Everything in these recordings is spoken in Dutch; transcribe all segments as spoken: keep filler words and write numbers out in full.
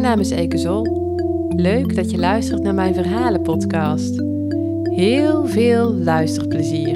naam is Eke Zol. Leuk dat je luistert naar mijn verhalenpodcast. Heel veel luisterplezier.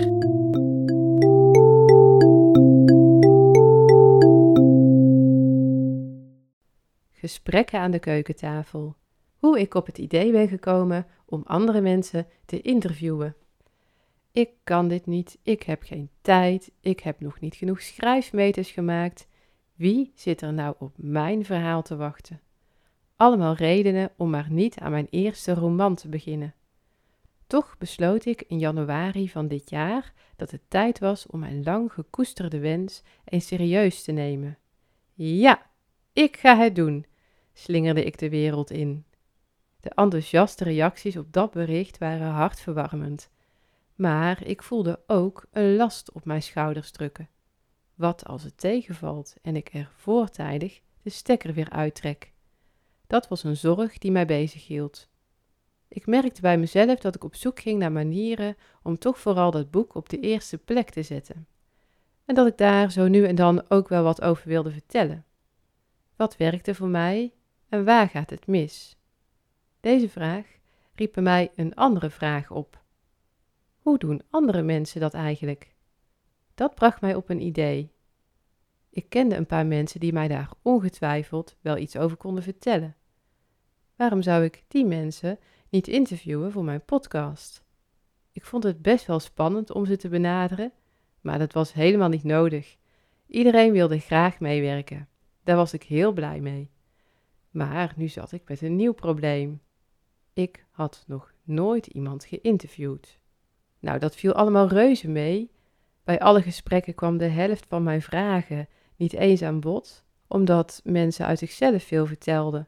Gesprekken aan de keukentafel. Hoe ik op het idee ben gekomen om andere mensen te interviewen. Ik kan dit niet, ik heb geen tijd, ik heb nog niet genoeg schrijfmeters gemaakt. Wie zit er nou op mijn verhaal te wachten? Allemaal redenen om maar niet aan mijn eerste roman te beginnen. Toch besloot ik in januari van dit jaar dat het tijd was om mijn lang gekoesterde wens eens serieus te nemen. Ja, ik ga het doen, slingerde ik de wereld in. De enthousiaste reacties op dat bericht waren hartverwarmend. Maar ik voelde ook een last op mijn schouders drukken. Wat als het tegenvalt en ik er voortijdig de stekker weer uittrek? Dat was een zorg die mij bezighield. Ik merkte bij mezelf dat ik op zoek ging naar manieren om toch vooral dat boek op de eerste plek te zetten. En dat ik daar zo nu en dan ook wel wat over wilde vertellen. Wat werkte voor mij en waar gaat het mis? Deze vraag riep bij mij een andere vraag op. Hoe doen andere mensen dat eigenlijk? Dat bracht mij op een idee. Ik kende een paar mensen die mij daar ongetwijfeld wel iets over konden vertellen. Waarom zou ik die mensen niet interviewen voor mijn podcast? Ik vond het best wel spannend om ze te benaderen, maar dat was helemaal niet nodig. Iedereen wilde graag meewerken. Daar was ik heel blij mee. Maar nu zat ik met een nieuw probleem. Ik had nog nooit iemand geïnterviewd. Nou, dat viel allemaal reuze mee. Bij alle gesprekken kwam de helft van mijn vragen niet eens aan bod, omdat mensen uit zichzelf veel vertelden.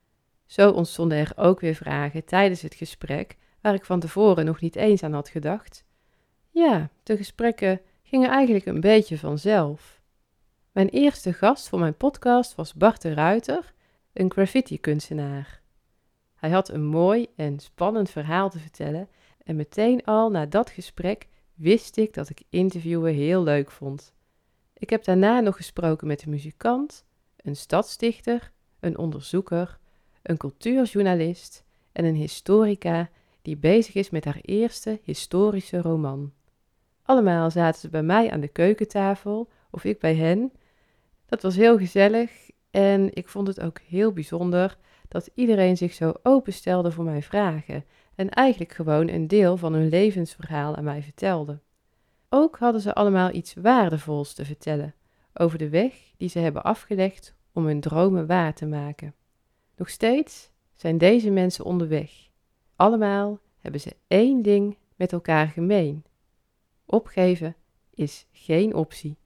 Zo ontstonden er ook weer vragen tijdens het gesprek waar ik van tevoren nog niet eens aan had gedacht. Ja, de gesprekken gingen eigenlijk een beetje vanzelf. Mijn eerste gast voor mijn podcast was Bart de Ruiter, een graffiti-kunstenaar. Hij had een mooi en spannend verhaal te vertellen en meteen al na dat gesprek wist ik dat ik interviewen heel leuk vond. Ik heb daarna nog gesproken met een muzikant, een stadsdichter, een onderzoeker, een cultuurjournalist en een historica die bezig is met haar eerste historische roman. Allemaal zaten ze bij mij aan de keukentafel of ik bij hen. Dat was heel gezellig en ik vond het ook heel bijzonder dat iedereen zich zo openstelde voor mijn vragen en eigenlijk gewoon een deel van hun levensverhaal aan mij vertelde. Ook hadden ze allemaal iets waardevols te vertellen over de weg die ze hebben afgelegd om hun dromen waar te maken. Nog steeds zijn deze mensen onderweg. Allemaal hebben ze één ding met elkaar gemeen. Opgeven is geen optie.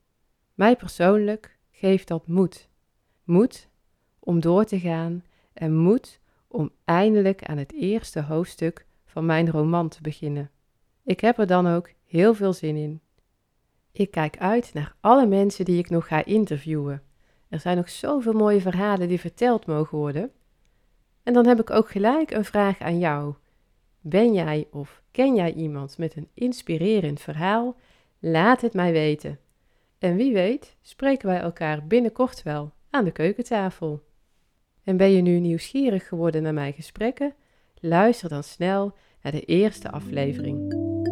Mij persoonlijk geeft dat moed. Moed om door te gaan en moed om eindelijk aan het eerste hoofdstuk van mijn roman te beginnen. Ik heb er dan ook heel veel zin in. Ik kijk uit naar alle mensen die ik nog ga interviewen. Er zijn nog zoveel mooie verhalen die verteld mogen worden. En dan heb ik ook gelijk een vraag aan jou. Ben jij of ken jij iemand met een inspirerend verhaal? Laat het mij weten. En wie weet spreken wij elkaar binnenkort wel aan de keukentafel. En ben je nu nieuwsgierig geworden naar mijn gesprekken? Luister dan snel naar de eerste aflevering.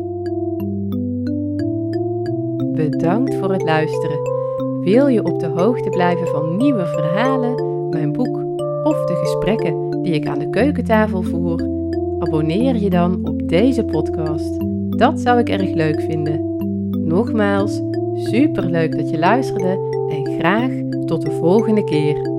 Bedankt voor het luisteren. Wil je op de hoogte blijven van nieuwe verhalen, mijn boek of de gesprekken die ik aan de keukentafel voer? Abonneer je dan op deze podcast. Dat zou ik erg leuk vinden. Nogmaals, superleuk dat je luisterde en graag tot de volgende keer.